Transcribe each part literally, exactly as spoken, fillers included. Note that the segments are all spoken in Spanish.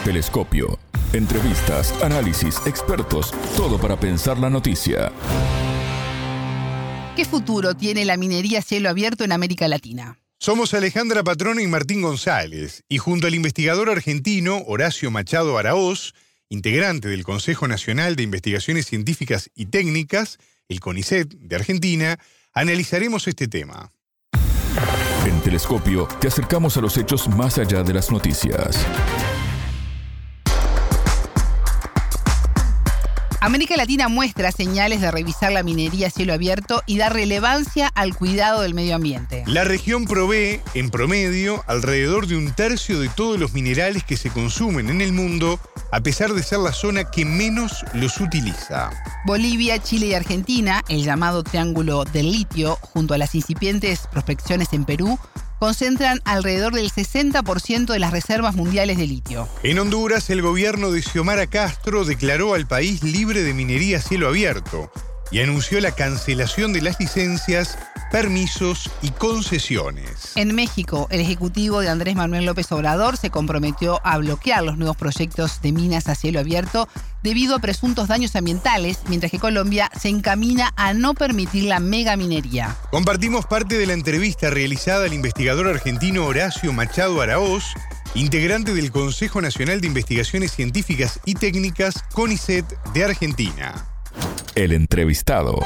Telescopio. Entrevistas, análisis, expertos, todo para pensar la noticia. ¿Qué futuro tiene la minería a cielo abierto en América Latina? Somos Alejandra Patrona y Martín González, y junto al investigador argentino Horacio Machado Araoz, integrante del Consejo Nacional de Investigaciones Científicas y Técnicas, el CONICET de Argentina, analizaremos este tema. En Telescopio te acercamos a los hechos más allá de las noticias. América Latina muestra señales de revisar la minería a cielo abierto y dar relevancia al cuidado del medio ambiente. La región provee, en promedio, alrededor de un tercio de todos los minerales que se consumen en el mundo, a pesar de ser la zona que menos los utiliza. Bolivia, Chile y Argentina, el llamado Triángulo del Litio, junto a las incipientes prospecciones en Perú, concentran alrededor del sesenta por ciento de las reservas mundiales de litio. En Honduras, el gobierno de Xiomara Castro declaró al país libre de minería a cielo abierto y anunció la cancelación de las licencias, permisos y concesiones. En México, el ejecutivo de Andrés Manuel López Obrador se comprometió a bloquear los nuevos proyectos de minas a cielo abierto debido a presuntos daños ambientales, mientras que Colombia se encamina a no permitir la megaminería. Compartimos parte de la entrevista realizada al investigador argentino Horacio Machado Araoz, integrante del Consejo Nacional de Investigaciones Científicas y Técnicas, CONICET de Argentina. El entrevistado.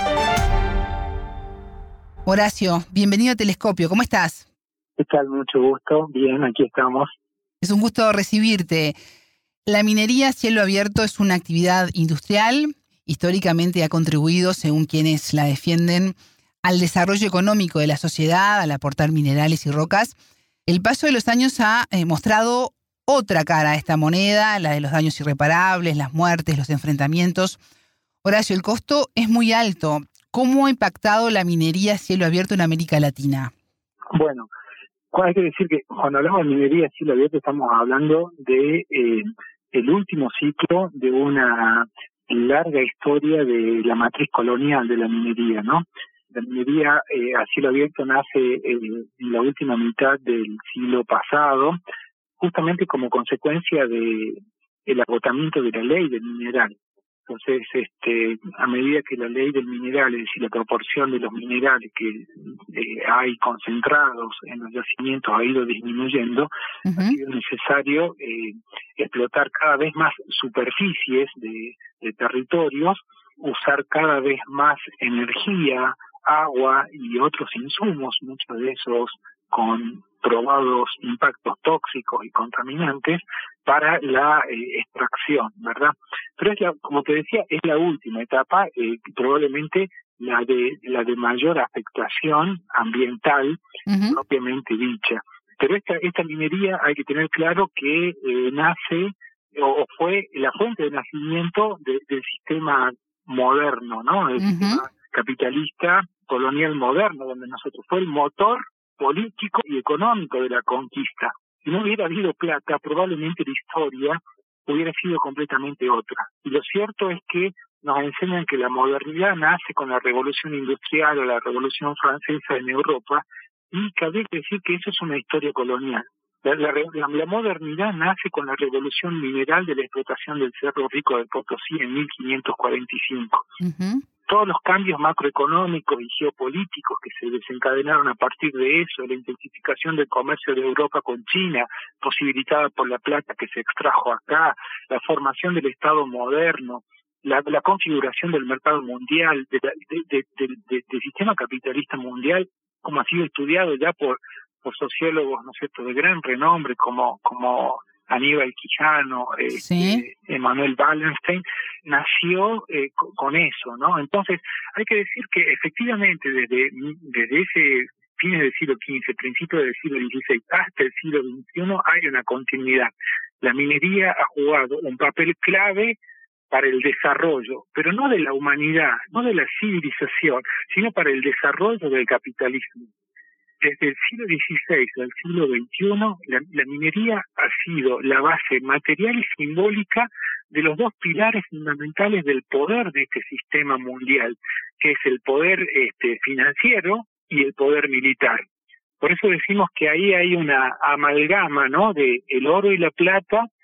Horacio, bienvenido a Telescopio. ¿Cómo estás? ¿Qué tal? Mucho gusto. Bien, aquí estamos. Es un gusto recibirte. La minería a cielo abierto es una actividad industrial. Históricamente ha contribuido, según quienes la defienden, al desarrollo económico de la sociedad, al aportar minerales y rocas. El paso de los años ha eh, mostrado otra cara a esta moneda, la de los daños irreparables, las muertes, los enfrentamientos. Horacio, el costo es muy alto. ¿Cómo ha impactado la minería a cielo abierto en América Latina? Bueno, hay que decir que cuando hablamos de minería a cielo abierto estamos hablando de eh, el último ciclo de una larga historia de la matriz colonial de la minería, ¿no? La minería eh, a cielo abierto nace eh, en la última mitad del siglo pasado, justamente como consecuencia de el agotamiento de la ley del mineral. Entonces, este, a medida que la ley del mineral, es decir, la proporción de los minerales que eh, hay concentrados en los yacimientos ha ido disminuyendo, uh-huh. ha sido necesario eh, explotar cada vez más superficies de, de territorios, usar cada vez más energía, agua y otros insumos, muchos de esos con probados impactos tóxicos y contaminantes, para la eh, extracción, ¿verdad? Pero es la, como te decía, es la última etapa, eh, probablemente la de la de mayor afectación ambiental, uh-huh. propiamente dicha. Pero esta esta minería hay que tener claro que eh, nace o fue la fuente de nacimiento de, del sistema moderno, ¿no? El uh-huh. sistema capitalista colonial moderno, donde nosotros fue el motor político y económico de la conquista. Si no hubiera habido plata, probablemente la historia hubiera sido completamente otra. Y lo cierto es que nos enseñan que la modernidad nace con la revolución industrial o la revolución francesa en Europa, y cabe decir que eso es una historia colonial. La, la, la, la modernidad nace con la revolución mineral de la explotación del Cerro Rico de Potosí en mil quinientos cuarenta y cinco. Uh-huh. Todos los cambios macroeconómicos y geopolíticos que se desencadenaron a partir de eso, la intensificación del comercio de Europa con China, posibilitada por la plata que se extrajo acá, la formación del Estado moderno, la, la configuración del mercado mundial, de, de, de, de, de, del sistema capitalista mundial, como ha sido estudiado ya por, por sociólogos, ¿no es cierto?, de gran renombre, como, como Aníbal Quijano, eh, ¿Sí? eh, Emanuel Wallenstein, nació eh, con, con eso, ¿no? Entonces, hay que decir que efectivamente desde, desde ese fines del siglo quince, principios del siglo dieciséis hasta el siglo veintiuno hay una continuidad. La minería ha jugado un papel clave para el desarrollo, pero no de la humanidad, no de la civilización, sino para el desarrollo del capitalismo. Desde el siglo dieciséis al siglo veintiuno, la, la minería ha sido la base material y simbólica de los dos pilares fundamentales del poder de este sistema mundial, que es el poder este, financiero y el poder militar. Por eso decimos que ahí hay una amalgama, ¿no?, de el oro y la plata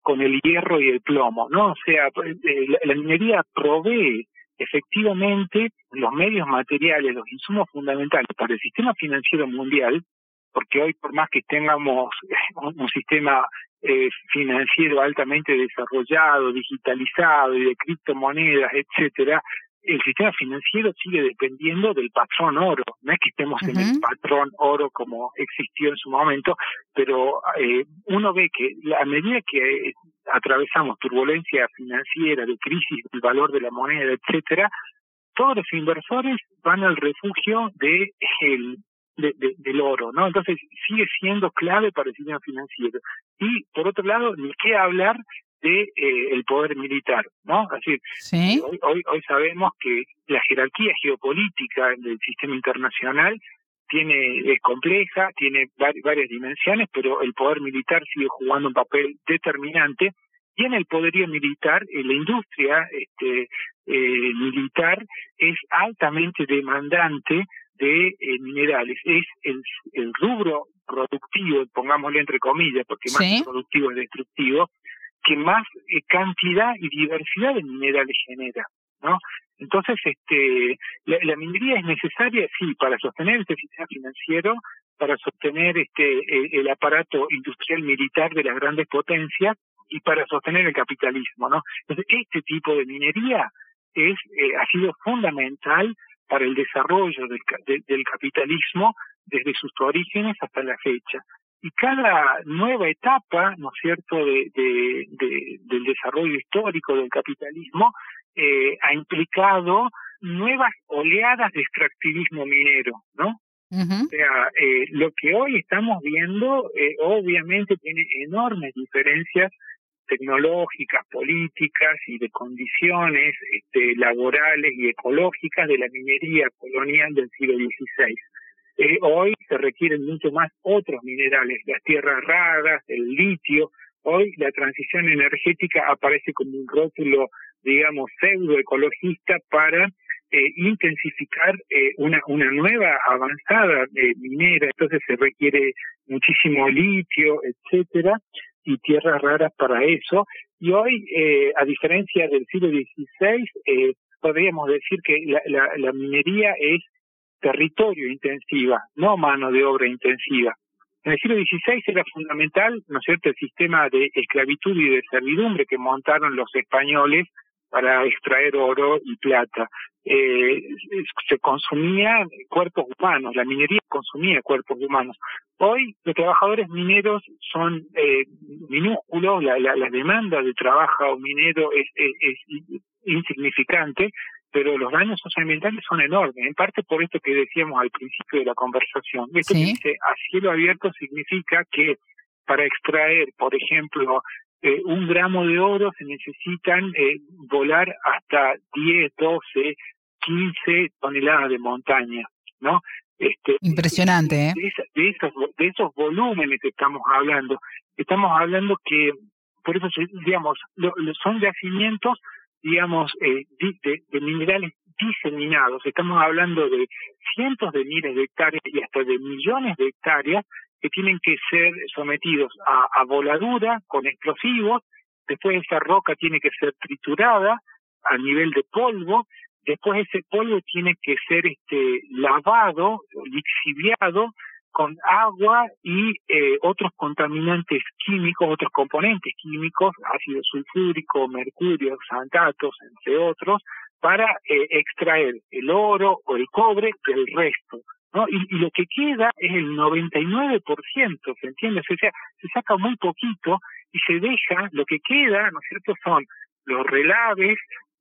con el hierro y el plomo, ¿no? O sea, eh, la, la minería provee efectivamente los medios materiales, los insumos fundamentales para el sistema financiero mundial, porque hoy por más que tengamos un, un sistema eh, financiero altamente desarrollado, digitalizado y de criptomonedas, etcétera, el sistema financiero sigue dependiendo del patrón oro. No es que estemos uh-huh. en el patrón oro como existió en su momento, pero eh, uno ve que a medida que atravesamos turbulencia financiera, de crisis del valor de la moneda, etcétera, todos los inversores van al refugio de el De, de, del oro, ¿no? Entonces sigue siendo clave para el sistema financiero. Y por otro lado, ni qué hablar de eh, el poder militar, ¿no? Es decir, ¿sí? hoy, hoy hoy sabemos que la jerarquía geopolítica del sistema internacional tiene es compleja, tiene var- varias dimensiones, pero el poder militar sigue jugando un papel determinante. Y en el poderío militar, en la industria este, eh, militar es altamente demandante de eh, minerales. Es el, el rubro productivo, pongámosle entre comillas, porque más ¿sí? que productivo es destructivo, que más eh, cantidad y diversidad de minerales genera, ¿no? Entonces, este, la, la minería es necesaria, sí, para sostener este sistema financiero, para sostener este el, el aparato industrial militar de las grandes potencias y para sostener el capitalismo, ¿no? Entonces, este tipo de minería es eh, ha sido fundamental para el desarrollo del, de, del capitalismo desde sus orígenes hasta la fecha. Y cada nueva etapa, ¿no es cierto?, de, de, de, del desarrollo histórico del capitalismo eh, ha implicado nuevas oleadas de extractivismo minero, ¿no? Uh-huh. O sea, eh, lo que hoy estamos viendo eh, obviamente tiene enormes diferencias tecnológicas, políticas y de condiciones este, laborales y ecológicas de la minería colonial del siglo dieciséis. Eh, hoy se requieren mucho más otros minerales, las tierras raras, el litio. Hoy la transición energética aparece como un rótulo, digamos, pseudoecologista para eh, intensificar eh, una, una nueva avanzada eh, minera. Entonces se requiere muchísimo litio, etcétera, y tierras raras para eso. Y hoy, eh, a diferencia del siglo dieciséis, eh, podríamos decir que la, la, la minería es territorio intensiva, no mano de obra intensiva. En el siglo dieciséis era fundamental, ¿no es cierto?, el sistema de esclavitud y de servidumbre que montaron los españoles para extraer oro y plata. Eh, se consumía cuerpos humanos, la minería consumía cuerpos humanos. Hoy los trabajadores mineros son eh, minúsculos, la, la, la demanda de trabajo minero es, es, es insignificante, pero los daños socioambientales son enormes, en parte por esto que decíamos al principio de la conversación. Esto ¿sí? que dice a cielo abierto significa que para extraer, por ejemplo, eh, un gramo de oro se necesitan eh, volar hasta diez, doce, quince toneladas de montaña, ¿no? Este, Impresionante, de, ¿eh? De, esa, de, esos, de esos volúmenes estamos hablando. Estamos hablando que, por eso, digamos, lo, lo son yacimientos, digamos, eh, de, de minerales diseminados. Estamos hablando de cientos de miles de hectáreas y hasta de millones de hectáreas que tienen que ser sometidos a, a voladura con explosivos. Después esa roca tiene que ser triturada a nivel de polvo. Después ese polvo tiene que ser este lavado, lixiviado con agua y eh, otros contaminantes químicos, otros componentes químicos, ácido sulfúrico, mercurio, xantatos, entre otros, para eh, extraer el oro o el cobre del resto, ¿no? Y, y lo que queda es el noventa y nueve por ciento, ¿se entiende? O sea, se saca muy poquito y se deja, lo que queda, ¿no es cierto?, son los relaves,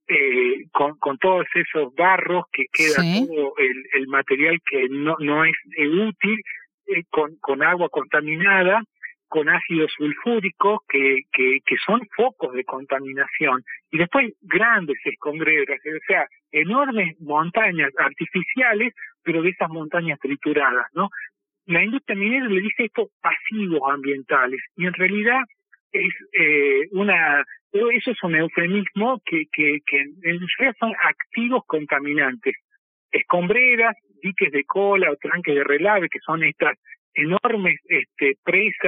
eh, con, con todos esos barros que queda ¿sí? todo el, el material que no, no es eh, útil, eh, con, con agua contaminada, con ácido sulfúrico, que, que, que son focos de contaminación, y después grandes escombreras, o sea, enormes montañas artificiales, pero de esas montañas trituradas, ¿no? La industria minera le dice esto pasivos ambientales, y en realidad es eh, una... eso es un eufemismo que, que, que en realidad son activos contaminantes. Escombreras, diques de cola o tranques de relave, que son estas enormes este, presas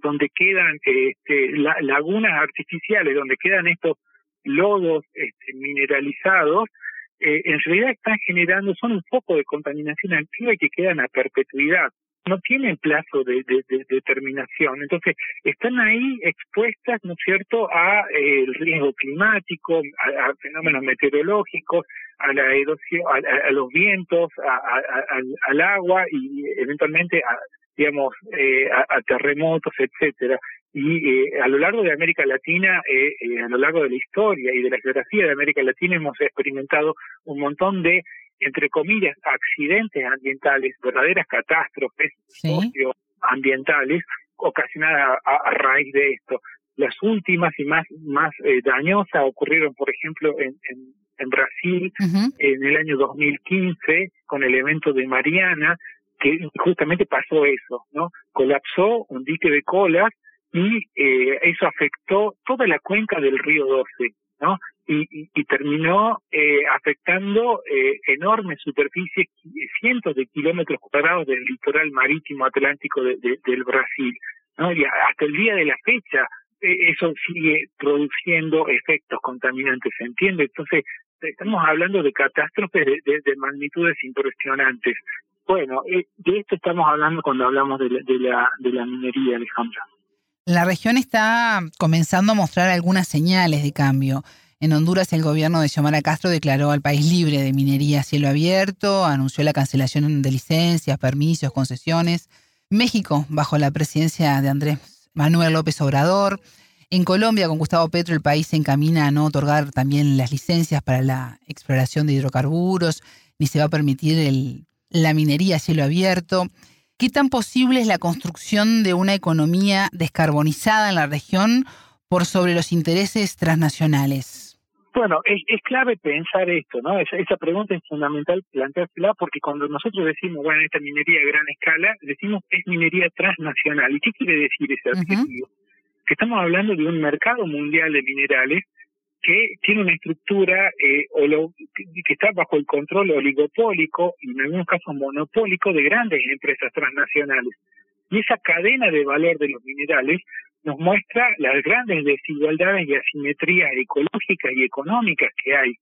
donde quedan este, la, lagunas artificiales, donde quedan estos lodos este, mineralizados, eh, en realidad están generando, son un foco de contaminación activa y que quedan a perpetuidad. No tienen plazo de, de, de, de terminación. Entonces, están ahí expuestas, ¿no es cierto?, a eh, el riesgo climático, a, a fenómenos meteorológicos, a la erosión, a, a, a los vientos, a, a, a, al, al agua y eventualmente a, digamos, eh, a, a terremotos, etcétera. Y eh, a lo largo de América Latina, eh, eh, a lo largo de la historia y de la geografía de América Latina hemos experimentado un montón de, entre comillas, accidentes ambientales, verdaderas catástrofes sí. socioambientales ocasionadas a, a raíz de esto. Las últimas y más más eh, dañosas ocurrieron, por ejemplo, en, en, en Brasil, uh-huh. en el año dos mil quince, con el evento de Mariana, que justamente pasó eso, ¿no? Colapsó un dique de Colas y eh, eso afectó toda la cuenca del río doce, ¿no? Y, y, y terminó eh, afectando eh, enormes superficies, cientos de kilómetros cuadrados del litoral marítimo atlántico de, de, del Brasil, ¿no? Y hasta el día de la fecha eh, eso sigue produciendo efectos contaminantes, ¿se entiende? Entonces estamos hablando de catástrofes de, de, de magnitudes impresionantes. Bueno, eh, de esto estamos hablando cuando hablamos de la, de la, de la minería, Alejandra. La región está comenzando a mostrar algunas señales de cambio. En Honduras, el gobierno de Xiomara Castro declaró al país libre de minería a cielo abierto, anunció la cancelación de licencias, permisos, concesiones. México, bajo la presidencia de Andrés Manuel López Obrador. En Colombia, con Gustavo Petro, el país se encamina a no otorgar también las licencias para la exploración de hidrocarburos, ni se va a permitir el, la minería a cielo abierto. ¿Qué tan posible es la construcción de una economía descarbonizada en la región por sobre los intereses transnacionales? Bueno, es, es clave pensar esto, ¿no? Esa, esa pregunta es fundamental planteársela porque cuando nosotros decimos, bueno, esta minería a gran escala, decimos es minería transnacional. ¿Y qué quiere decir ese adjetivo? Uh-huh. Que estamos hablando de un mercado mundial de minerales que tiene una estructura eh, olo, que está bajo el control oligopólico y en algunos casos monopólico de grandes empresas transnacionales. Y esa cadena de valor de los minerales nos muestra las grandes desigualdades y asimetrías ecológicas y económicas que hay.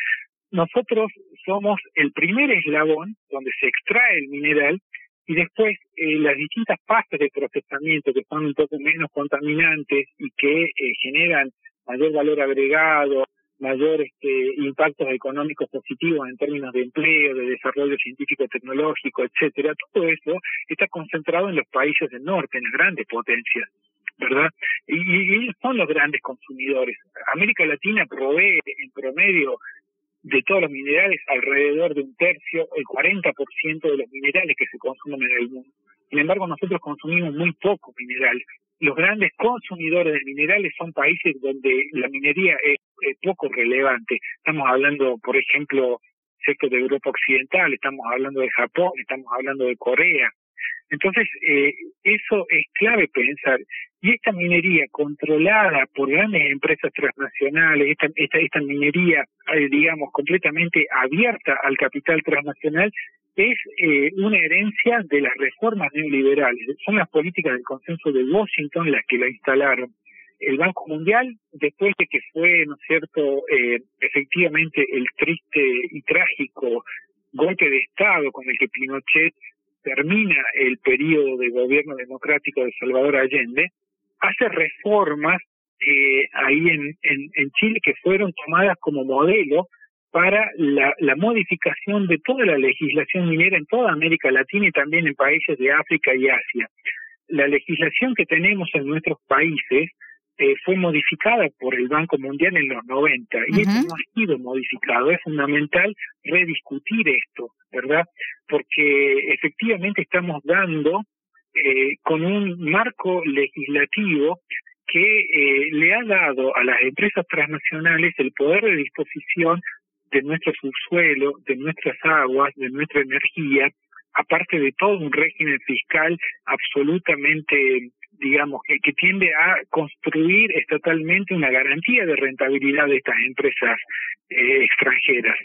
Nosotros somos el primer eslabón donde se extrae el mineral y después eh, las distintas fases de procesamiento que son un poco menos contaminantes y que eh, generan mayor valor agregado, mayor este, impactos económicos positivos en términos de empleo, de desarrollo científico-tecnológico, etcétera. Todo eso está concentrado en los países del norte, en las grandes potencias, ¿verdad? Y, y ellos son los grandes consumidores. América Latina provee en promedio de todos los minerales alrededor de un tercio, el cuarenta por ciento de los minerales que se consumen en el mundo. Sin embargo, nosotros consumimos muy poco mineral. Los grandes consumidores de minerales son países donde la minería es, es poco relevante. Estamos hablando, por ejemplo, sector de Europa Occidental, estamos hablando de Japón, estamos hablando de Corea. Entonces, eh, eso es clave pensar. Y esta minería controlada por grandes empresas transnacionales, esta, esta, esta minería, eh, digamos, completamente abierta al capital transnacional, es eh, una herencia de las reformas neoliberales. Son las políticas del consenso de Washington las que la instalaron. El Banco Mundial, después de que fue, ¿no es cierto?, eh, efectivamente el triste y trágico golpe de Estado con el que Pinochet termina el periodo de gobierno democrático de Salvador Allende, hace reformas eh, ahí en, en, en Chile que fueron tomadas como modelo para la, la modificación de toda la legislación minera en toda América Latina y también en países de África y Asia. La legislación que tenemos en nuestros países eh, fue modificada por el Banco Mundial en los noventa y uh-huh. esto no ha sido modificado. Es fundamental rediscutir esto, ¿verdad? Porque efectivamente estamos dando eh, con un marco legislativo que eh, le ha dado a las empresas transnacionales el poder de disposición de nuestro subsuelo, de nuestras aguas, de nuestra energía, aparte de todo un régimen fiscal absolutamente, digamos, que, que tiende a construir estatalmente una garantía de rentabilidad de estas empresas eh, extranjeras.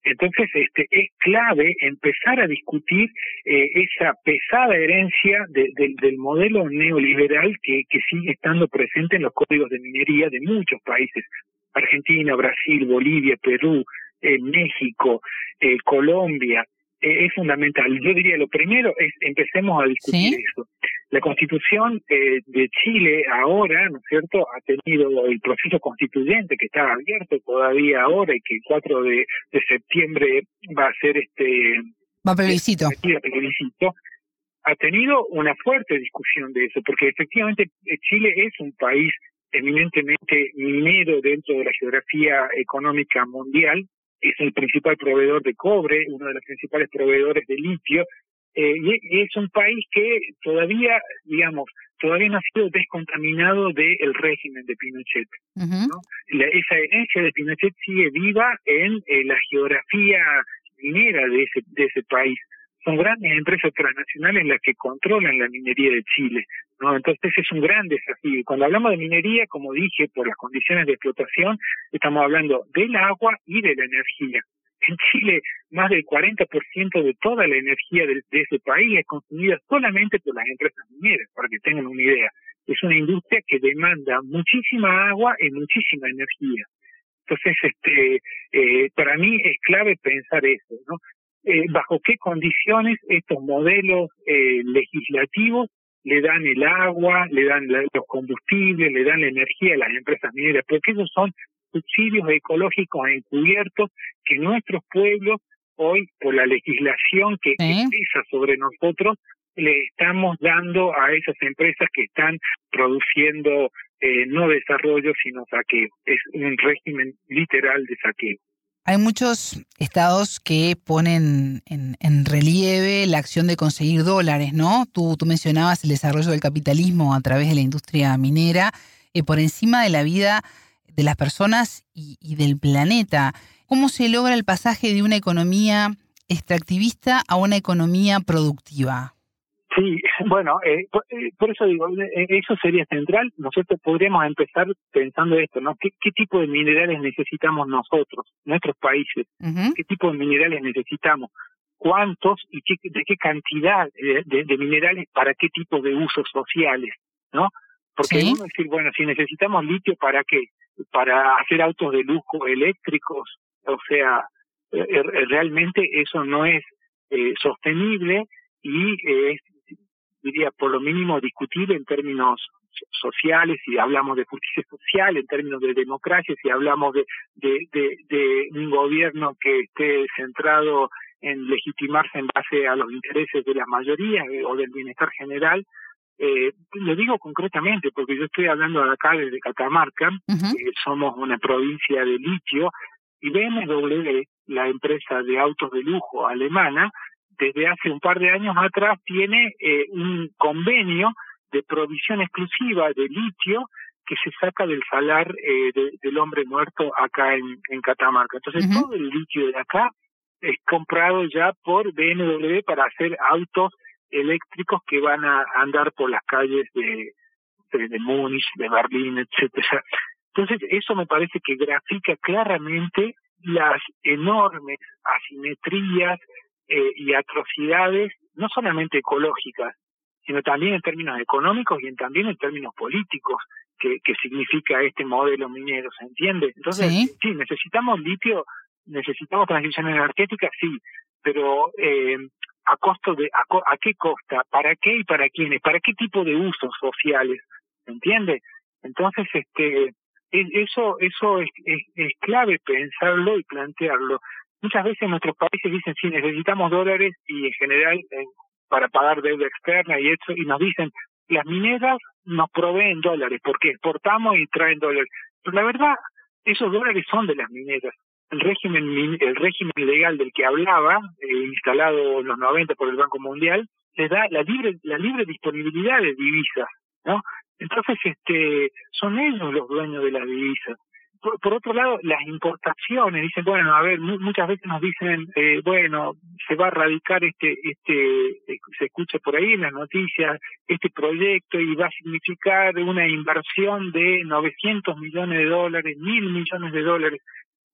Entonces, este, es clave empezar a discutir eh, esa pesada herencia de, de, del modelo neoliberal que, que sigue estando presente en los códigos de minería de muchos países. Argentina, Brasil, Bolivia, Perú, eh, México, eh, Colombia. Eh, es fundamental. Yo diría, lo primero es empecemos a discutir ¿Sí? eso. La Constitución eh, de Chile ahora, ¿no es cierto?, ha tenido el proceso constituyente que está abierto todavía ahora y que el cuatro de septiembre va a ser este Va plebiscito. plebiscito. Ha tenido una fuerte discusión de eso, porque efectivamente Chile es un país eminentemente minero dentro de la geografía económica mundial, es el principal proveedor de cobre, uno de los principales proveedores de litio, eh, y, y es un país que todavía, digamos, todavía no ha sido descontaminado del régimen de Pinochet, Uh-huh. ¿no? La, esa herencia de Pinochet sigue viva en eh, la geografía minera de ese, de ese país. Son grandes empresas transnacionales las que controlan la minería de Chile, ¿no? Entonces es un gran desafío. Y cuando hablamos de minería, como dije, por las condiciones de explotación, estamos hablando del agua y de la energía. En Chile, más del cuarenta por ciento de toda la energía de, de ese país es consumida solamente por las empresas mineras, para que tengan una idea. Es una industria que demanda muchísima agua y muchísima energía. Entonces, este, eh, para mí es clave pensar eso, ¿no? Eh, bajo qué condiciones estos modelos eh, legislativos le dan el agua, le dan la, los combustibles, le dan la energía a las empresas mineras, porque esos son subsidios ecológicos encubiertos que nuestros pueblos hoy, por la legislación que ¿Sí? pesa sobre nosotros, le estamos dando a esas empresas que están produciendo eh, no desarrollo, sino saqueo. Es un régimen literal de saqueo. Hay muchos estados que ponen en, en relieve la acción de conseguir dólares, ¿no? Tú, tú mencionabas el desarrollo del capitalismo a través de la industria minera, eh, por encima de la vida de las personas y, y del planeta. ¿Cómo se logra el pasaje de una economía extractivista a una economía productiva? Sí, bueno, eh, por, eh, por eso digo, eh, eso sería central. Nosotros podríamos empezar pensando esto, ¿no? ¿Qué, qué tipo de minerales necesitamos nosotros, nuestros países? Uh-huh. ¿Qué tipo de minerales necesitamos? ¿Cuántos y qué, de qué cantidad de, de, de minerales para qué tipo de usos sociales, ¿no? Porque Sí. uno decir, bueno, si necesitamos litio, ¿para qué? Para hacer autos de lujo eléctricos, o sea, eh, realmente eso no es eh, sostenible y eh, es, diría, por lo mínimo discutible en términos sociales, si hablamos de justicia social, en términos de democracia, si hablamos de, de, de, de un gobierno que esté centrado en legitimarse en base a los intereses de las mayorías eh, o del bienestar general. Eh, lo digo concretamente porque yo estoy hablando de acá desde Catamarca, Uh-huh. eh, somos una provincia de litio, y B M W, la empresa de autos de lujo alemana, desde hace un par de años atrás tiene eh, un convenio de provisión exclusiva de litio que se saca del salar eh, de, del hombre muerto acá en, en Catamarca. Entonces Uh-huh. todo el litio de acá es comprado ya por B M W para hacer autos eléctricos que van a andar por las calles de, de, de Múnich, de Berlín, etcétera. Entonces eso me parece que grafica claramente las enormes asimetrías eh, y atrocidades, no solamente ecológicas, sino también en términos económicos y en, también en términos políticos que, que significa este modelo minero, ¿se entiende? Entonces, Sí. sí, necesitamos litio, necesitamos transición energética, sí, pero eh, a costo de, a, co, a qué costa, para qué y para quiénes, para qué tipo de usos sociales, ¿se entiende? Entonces, este, eso, eso es, es, es clave pensarlo y plantearlo. Muchas veces nuestros países dicen, sí, necesitamos dólares y en general eh, para pagar deuda externa y eso, y nos dicen, las mineras nos proveen dólares porque exportamos y traen dólares. Pero la verdad, esos dólares son de las mineras. El régimen el régimen legal del que hablaba, eh, instalado en los noventa por el Banco Mundial, les da la libre la libre disponibilidad de divisas, ¿no? Entonces, este, son ellos los dueños de las divisas. Por, por otro lado, las importaciones, dicen, bueno, a ver, mu muchas veces nos dicen, eh, bueno, se va a radicar este, este, eh, se escucha por ahí en las noticias, este proyecto y va a significar una inversión de novecientos millones de dólares, mil millones de dólares.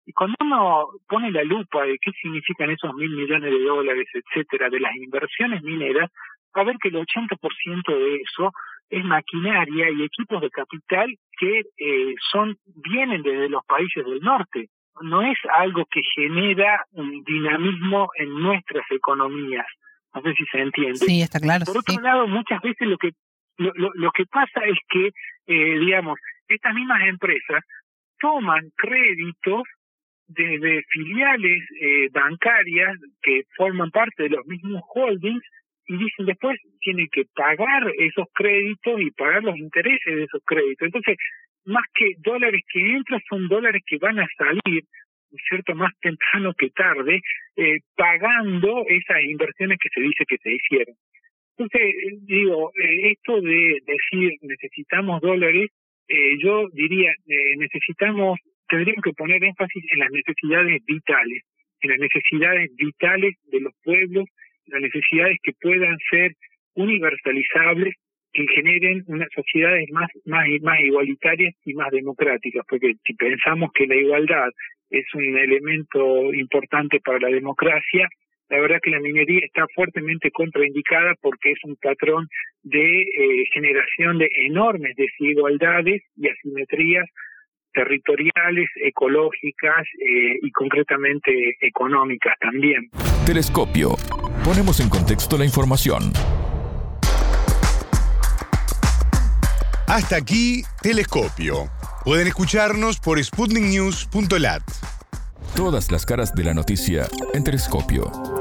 Y cuando uno pone la lupa de qué significan esos mil millones de dólares, etcétera, de las inversiones mineras, va a ver que el ochenta por ciento de eso es maquinaria y equipos de capital que eh, son vienen desde los países del norte. No es algo que genera un dinamismo en nuestras economías. No sé si se entiende. Sí, está claro. Por otro sí. lado, muchas veces lo que lo, lo, lo que pasa es que, eh, digamos, estas mismas empresas toman créditos desde filiales eh, bancarias que forman parte de los mismos holdings y dicen después tienen que pagar esos créditos y pagar los intereses de esos créditos. Entonces, más que dólares que entran, son dólares que van a salir, ¿no es cierto?, más temprano que tarde, eh, pagando esas inversiones que se dice que se hicieron. Entonces, digo, eh, esto de decir necesitamos dólares, eh, yo diría, eh, necesitamos, tendríamos que poner énfasis en las necesidades vitales, en las necesidades vitales de los pueblos, las necesidades que puedan ser universalizables, que generen unas sociedades más, más, más igualitarias y más democráticas, porque si pensamos que la igualdad es un elemento importante para la democracia, la verdad que la minería está fuertemente contraindicada porque es un patrón de eh, generación de enormes desigualdades y asimetrías territoriales, ecológicas eh, y concretamente económicas también. Telescopio. Ponemos en contexto la información. Hasta aquí, Telescopio. Pueden escucharnos por sputnik news punto lat. Todas las caras de la noticia en Telescopio.